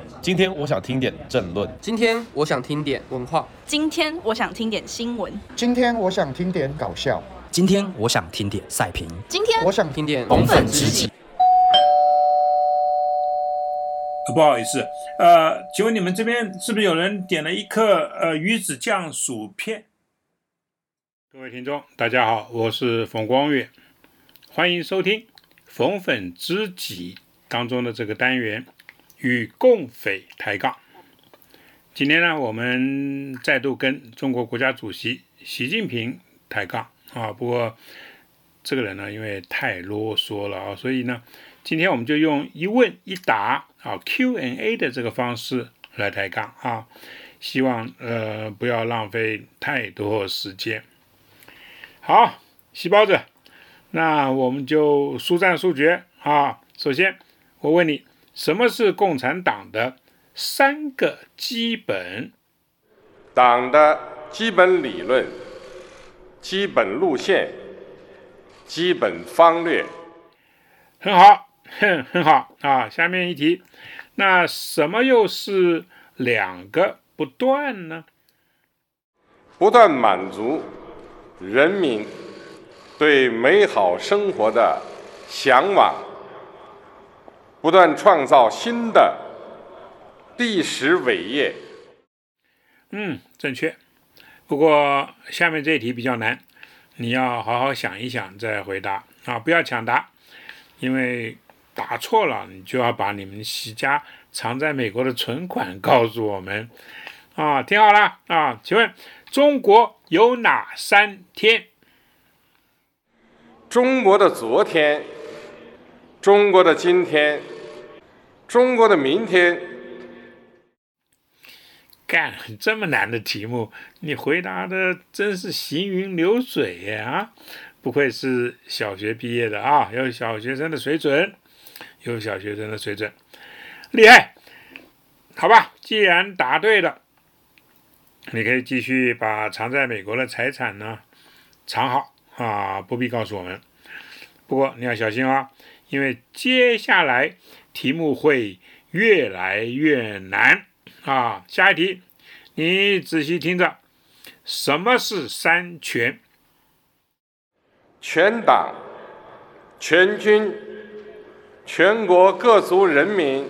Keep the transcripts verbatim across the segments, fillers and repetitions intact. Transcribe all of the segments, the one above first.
今天我想听点政论。 今天我想听点文化。 今天我想听点新闻。 今天我想听点搞笑。 今天我想听点赛评。 今天我想听点红粉知己。 不好意思，呃，请问你们这边是不是有人点了一颗呃鱼子酱薯片？各位听众，大家好，我是冯光远，欢迎收听红粉知己当中的这个单元与共匪抬杠。今天呢，我们再度跟中国国家主席习近平抬杠啊，不过这个人呢，因为太啰嗦了啊，所以呢，今天我们就用一问一答啊 Q and A 的这个方式来抬杠啊，希望呃不要浪费太多时间。好，细包子，那我们就速战速决啊。首先，我问你，什么是共产党的三个基本？ 党的基本理论、基本路线、基本方略。 很好，很很好啊。下面一题，那什么又是两个不断呢？ 不断满足人民对美好生活的向往，不断创造新的历史伟业。 嗯，正确。不过下面这一题比较难，你要好好想一想再回答啊，不要抢答。因为答错了，你就要把你们习家藏在美国的存款告诉我们啊！听好了啊，请问中国有哪三天？ 中国的昨天，中国的今天，中国的明天。 干，这么难的题目，你回答的真是行云流水呀！啊，不愧是小学毕业的啊，有小学生的水准，有小学生的水准，厉害！好吧，既然答对了，你可以继续把藏在美国的财产呢藏好啊，不必告诉我们。不过你要小心啊，因为接下来题目会越来越难啊。下一题，你仔细听着，什么是三全？ 全党、全军、全国各族人民。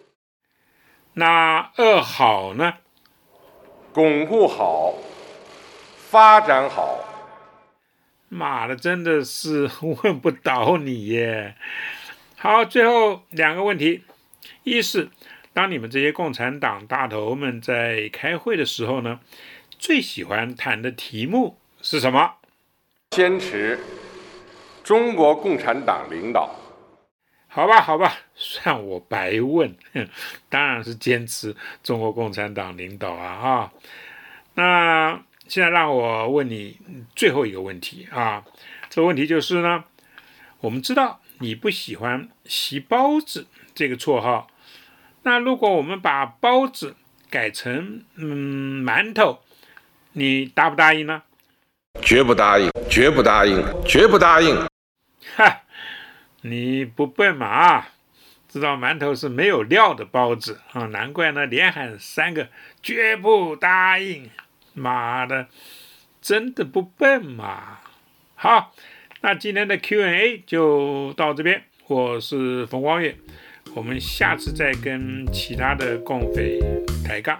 那二好呢？ 巩固好，发展好。 妈的，真的是问不倒你耶！好，最后两个问题，一是当你们这些共产党大头们在开会的时候呢，最喜欢谈的题目是什么？ 坚持中国共产党领导。 好吧，好吧，算我白问，当然是坚持中国共产党领导啊啊！那现在让我问你最后一个问题啊，这个问题就是呢，我们知道你不喜欢习包子这个绰号，那如果我们把包子改成嗯馒头，你答不答应呢？ 绝不答应，绝不答应，绝不答应。 哈，你不笨嘛啊？知道馒头是没有料的包子啊，难怪呢连喊三个绝不答应。妈的，真的不笨嘛！好，那今天的 Q and A 就到这边，我是冯光远，我们下次再跟其他的共匪抬杠。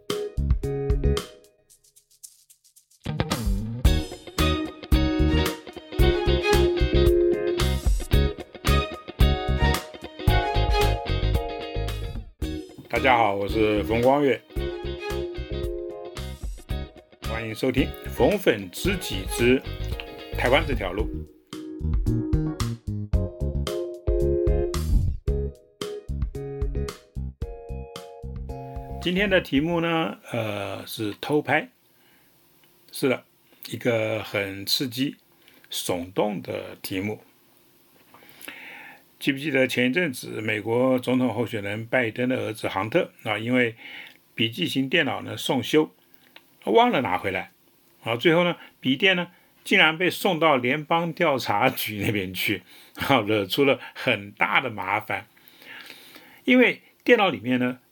大家好，我是冯光远，欢迎收听红粉知己之台湾这条路。今天的题目呢，呃，是偷拍。是的，一个很刺激、耸动的题目。记不记得前一阵子美国总统候选人拜登的儿子杭特啊，因为笔记型电脑呢送修，忘了拿回来，啊，最后呢笔电呢竟然被送到联邦调查局那边去，啊，惹出了很大的麻烦。因为电脑里面呢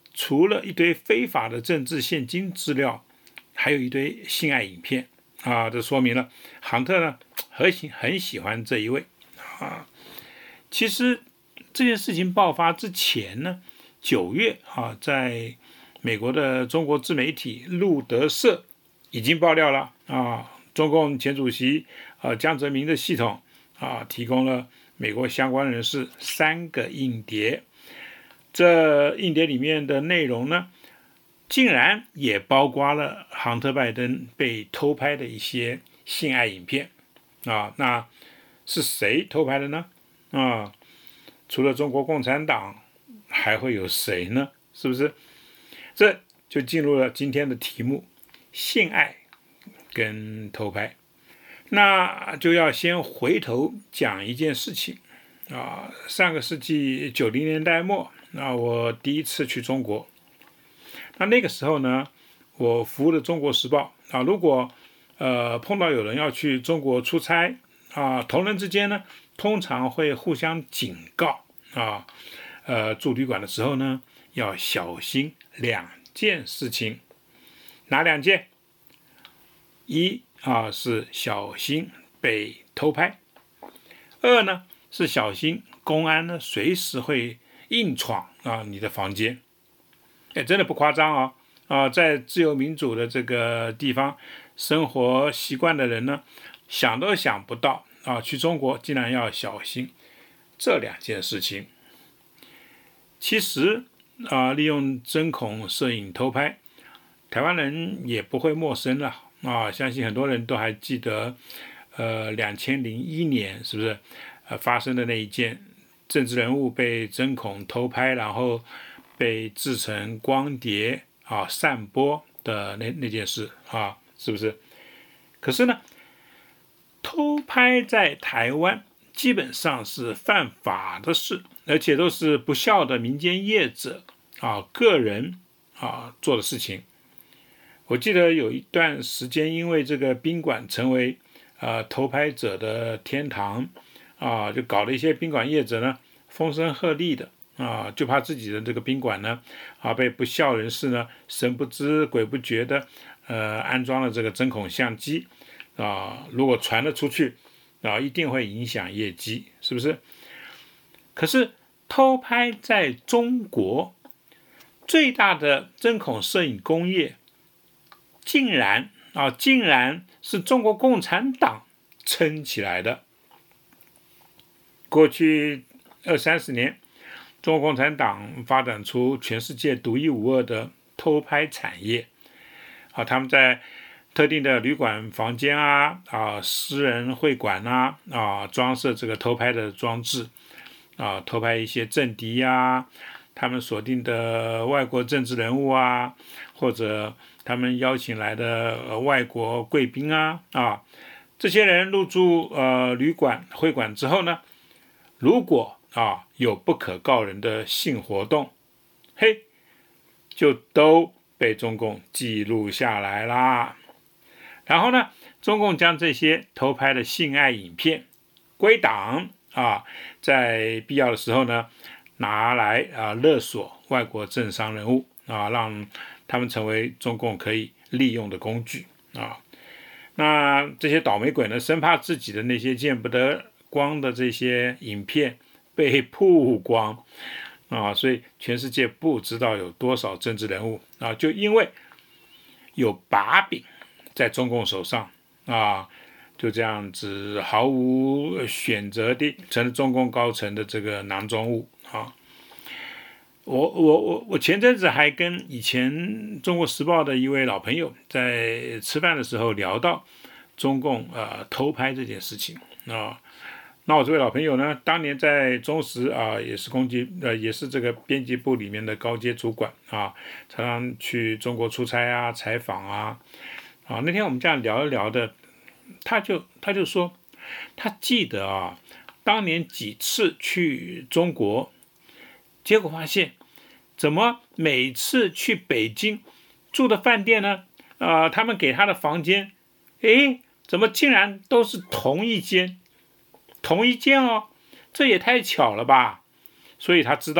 除了一堆非法的政治现金资料，还有一堆性爱影片啊，这说明了杭特呢很喜很喜欢这一位啊。其实这件事情爆发之前呢，九月啊，在美国的中国自媒体路德社已经爆料了啊，中共前主席啊江泽民的系统啊提供了美国相关人士三个硬碟，这硬碟里面的内容呢，竟然也包括了杭特拜登被偷拍的一些性爱影片啊。那是谁偷拍的呢？啊，除了中国共产党，还会有谁呢？是不是？这就进入了今天的题目：性爱跟偷拍。那就要先回头讲一件事情啊，上个世纪九零年代末，那我第一次去中国。那那个时候呢，我服务的《中国时报》啊，如果呃碰到有人要去中国出差啊，同仁之间呢，通常会互相警告啊，呃住旅馆的时候呢，要小心两件事情。哪两件？一啊是小心被偷拍，二呢是小心公安呢随时会硬闯啊你的房间。哎，真的不夸张啊！啊，在自由民主的这个地方生活习惯的人呢，想都想不到啊，去中国竟然要小心这两件事情。其实啊，利用针孔摄影偷拍，台湾人也不会陌生了啊！相信很多人都还记得，呃，两千零一年是不是呃发生的那一件政治人物被针孔偷拍，然后被制成光碟啊散播的那那件事啊，是不是？可是呢，偷拍在台湾基本上是犯法的事，而且都是不肖的民间业者啊个人啊做的事情。我记得有一段时间，因为这个宾馆成为呃偷拍者的天堂啊，就搞了一些宾馆业者呢风声鹤唳的。啊，就怕自己的这个宾馆呢，啊，被不肖人士呢神不知鬼不觉的，呃，安装了这个针孔相机，啊，如果传了出去，啊，一定会影响业绩，是不是？可是偷拍在中国最大的针孔摄影工业，竟然啊，竟然是中国共产党撑起来的。过去二三十年。中国共产党发展出全世界独一无二的偷拍产业，啊，他们在特定的旅馆房间啊、啊私人会馆啊、啊装设这个偷拍的装置，啊偷拍一些政敌呀、啊，他们锁定的外国政治人物啊，或者他们邀请来的、呃、外国贵宾啊，啊这些人入住呃旅馆会馆之后呢，如果啊，有不可告人的性活动，嘿，就都被中共记录下来啦。然后呢，中共将这些偷拍的性爱影片归档啊，在必要的时候呢，拿来啊勒索外国政商人物啊，让他们成为中共可以利用的工具啊。那这些倒霉鬼呢，生怕自己的那些见不得光的这些影片被曝光啊，所以全世界不知道有多少政治人物啊，就因为有把柄在中共手上啊，就这样子毫无选择地成了中共高层的这个囊中物啊。我我我我前阵子还跟以前《中国时报》的一位老朋友在吃饭的时候聊到中共呃偷拍这件事情啊。那我这位老朋友呢，当年在中时啊，也是攻击呃，也是这个编辑部里面的高阶主管啊，常常去中国出差啊、采访啊。啊，那天我们这样聊一聊的，他就他就说，他记得啊，当年几次去中国，结果发现，怎么每次去北京住的饭店呢？啊、呃，他们给他的房间，诶，怎么竟然都是同一间？同一间哦，这也太巧了吧！所以他知道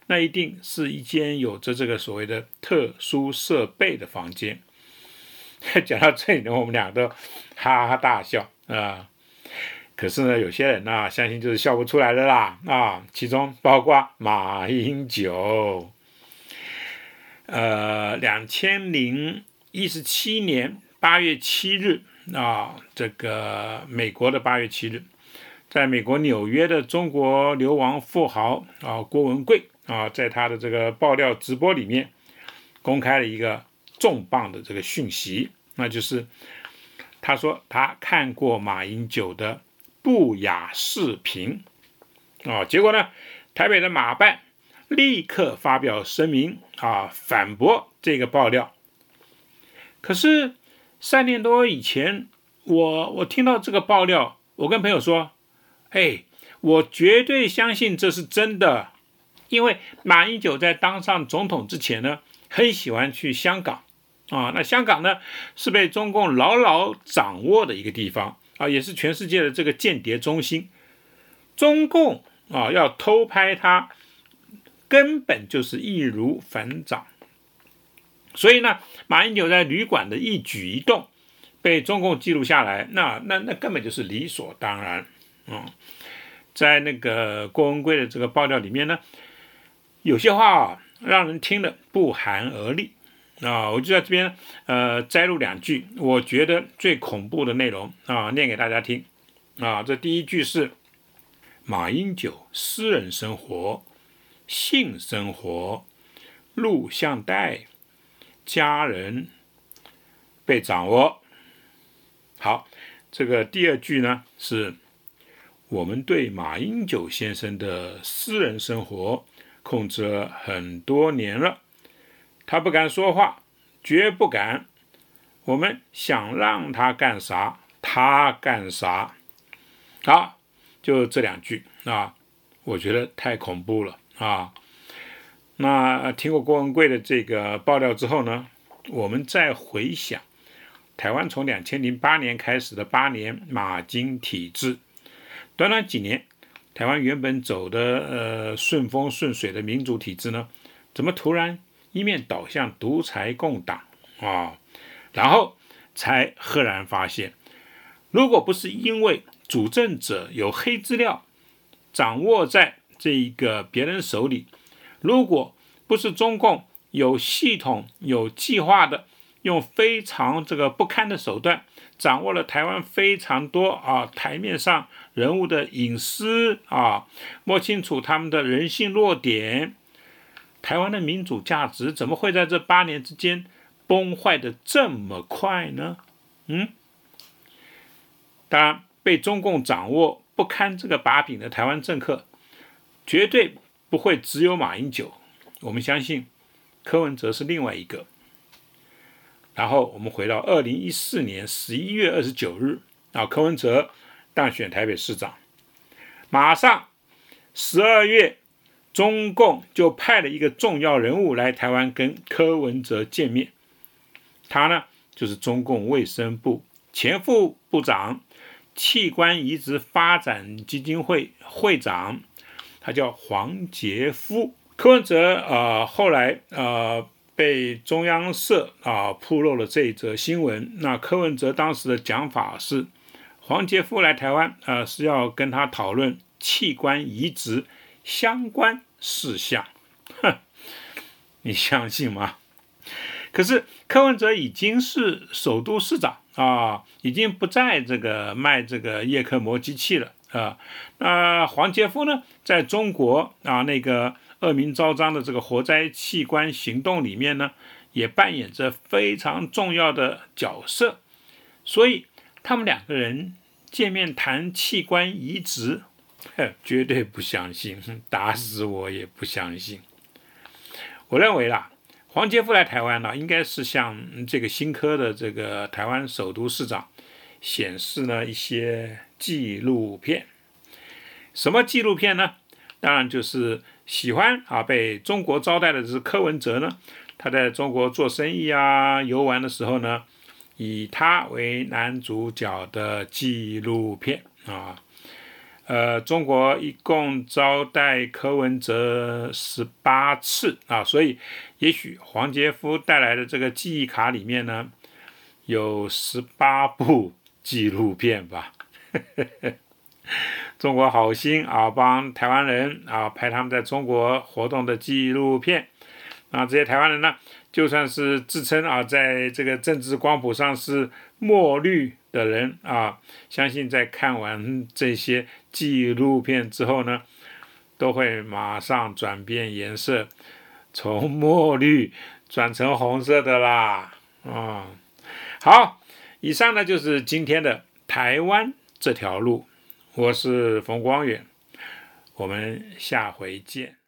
那一定是一间有着这个所谓的特殊设备的房间。讲到这里呢，我们俩都哈哈大笑啊。可是呢，有些人呢、啊，相信就是笑不出来的啦啊，其中包括马英九。呃，两千零一十七年八月七日啊，这个美国的八月七日，在美国纽约的中国流亡富豪啊郭文贵啊，在他的这个爆料直播里面公开了一个重磅的这个讯息，那就是他说他看过马英九的不雅视频啊，结果呢，台北的马办立刻发表声明啊，反驳这个爆料。可是三年多以前，我我听到这个爆料，我跟朋友说，哎，我绝对相信这是真的，因为马英九在当上总统之前呢，很喜欢去香港啊，那香港呢是被中共牢牢掌握的一个地方啊，也是全世界的这个间谍中心。中共啊要偷拍他，根本就是易如反掌。所以呢，马英九在旅馆的一举一动被中共记录下来，那那那根本就是理所当然。嗯，在那个郭文贵的这个爆料里面呢，有些话啊让人听了不寒而栗啊，我就在这边呃摘录两句，我觉得最恐怖的内容啊，念给大家听啊。这第一句是马英九私人生活、性生活、录像带、家人被掌握。好，这个第二句呢是我们对马英九先生的私人生活控制了很多年了，他不敢说话，绝不敢，我们想让他干啥他干啥。好，就这两句啊，我觉得太恐怖了啊。那听过郭文贵的这个爆料之后呢，我们再回想台湾从两千零八年开始的八年马金体制，短短几年，台湾原本走的呃顺风顺水的民主体制呢，怎么突然一面倒向独裁共党啊？然后才赫然发现，如果不是因为主政者有黑资料掌握在这一个别人手里，如果不是中共有系统有计划的用非常这个不堪的手段掌握了台湾非常多啊台面上人物的隐私啊，摸清楚他们的人性弱点，台湾的民主价值怎么会在这八年之间崩坏的这么快呢？嗯，当然被中共掌握不堪这个把柄的台湾政客，绝对不会只有马英九，我们相信柯文哲是另外一个。然后我们回到二零一四年十一月二十九日啊，柯文哲当选台北市长，马上十二月中共就派了一个重要人物来台湾跟柯文哲见面，他呢就是中共卫生部前副部长、器官移植发展基金会会长，他叫黄杰夫。柯文哲呃后来呃被中央社啊曝露了这一则新闻，那柯文哲当时的讲法是，黄杰夫来台湾呃是要跟他讨论器官移植相关事项。哼，你相信吗？可是柯文哲已经是首都市长啊，已经不在这个卖这个叶克膜机器了啊。那黄杰夫呢，在中国啊那个恶名昭彰的这个活摘器官行动里面呢，也扮演着非常重要的角色。所以他们两个人见面谈器官移植，绝对不相信，打死我也不相信。我认为啦，黄杰夫来台湾呢，应该是向这个新科的这个台湾首都市长显示呢一些纪录片。什么纪录片呢？当然就是喜欢啊被中国招待的是柯文哲呢，他在中国做生意啊、游玩的时候呢，以他为男主角的纪录片啊。 呃，中国一共招待柯文哲十八次啊，所以也许黄杰夫带来的这个记忆卡里面呢，有十八部纪录片吧。中国好心啊，帮台湾人啊拍他们在中国活动的纪录片。啊，这些台湾人呢，就算是自称啊，在这个政治光谱上是墨绿的人啊，相信在看完这些纪录片之后呢，都会马上转变颜色，从墨绿转成红色的啦。啊，好，以上呢就是今天的台湾这条路，我是冯光远，我们下回见。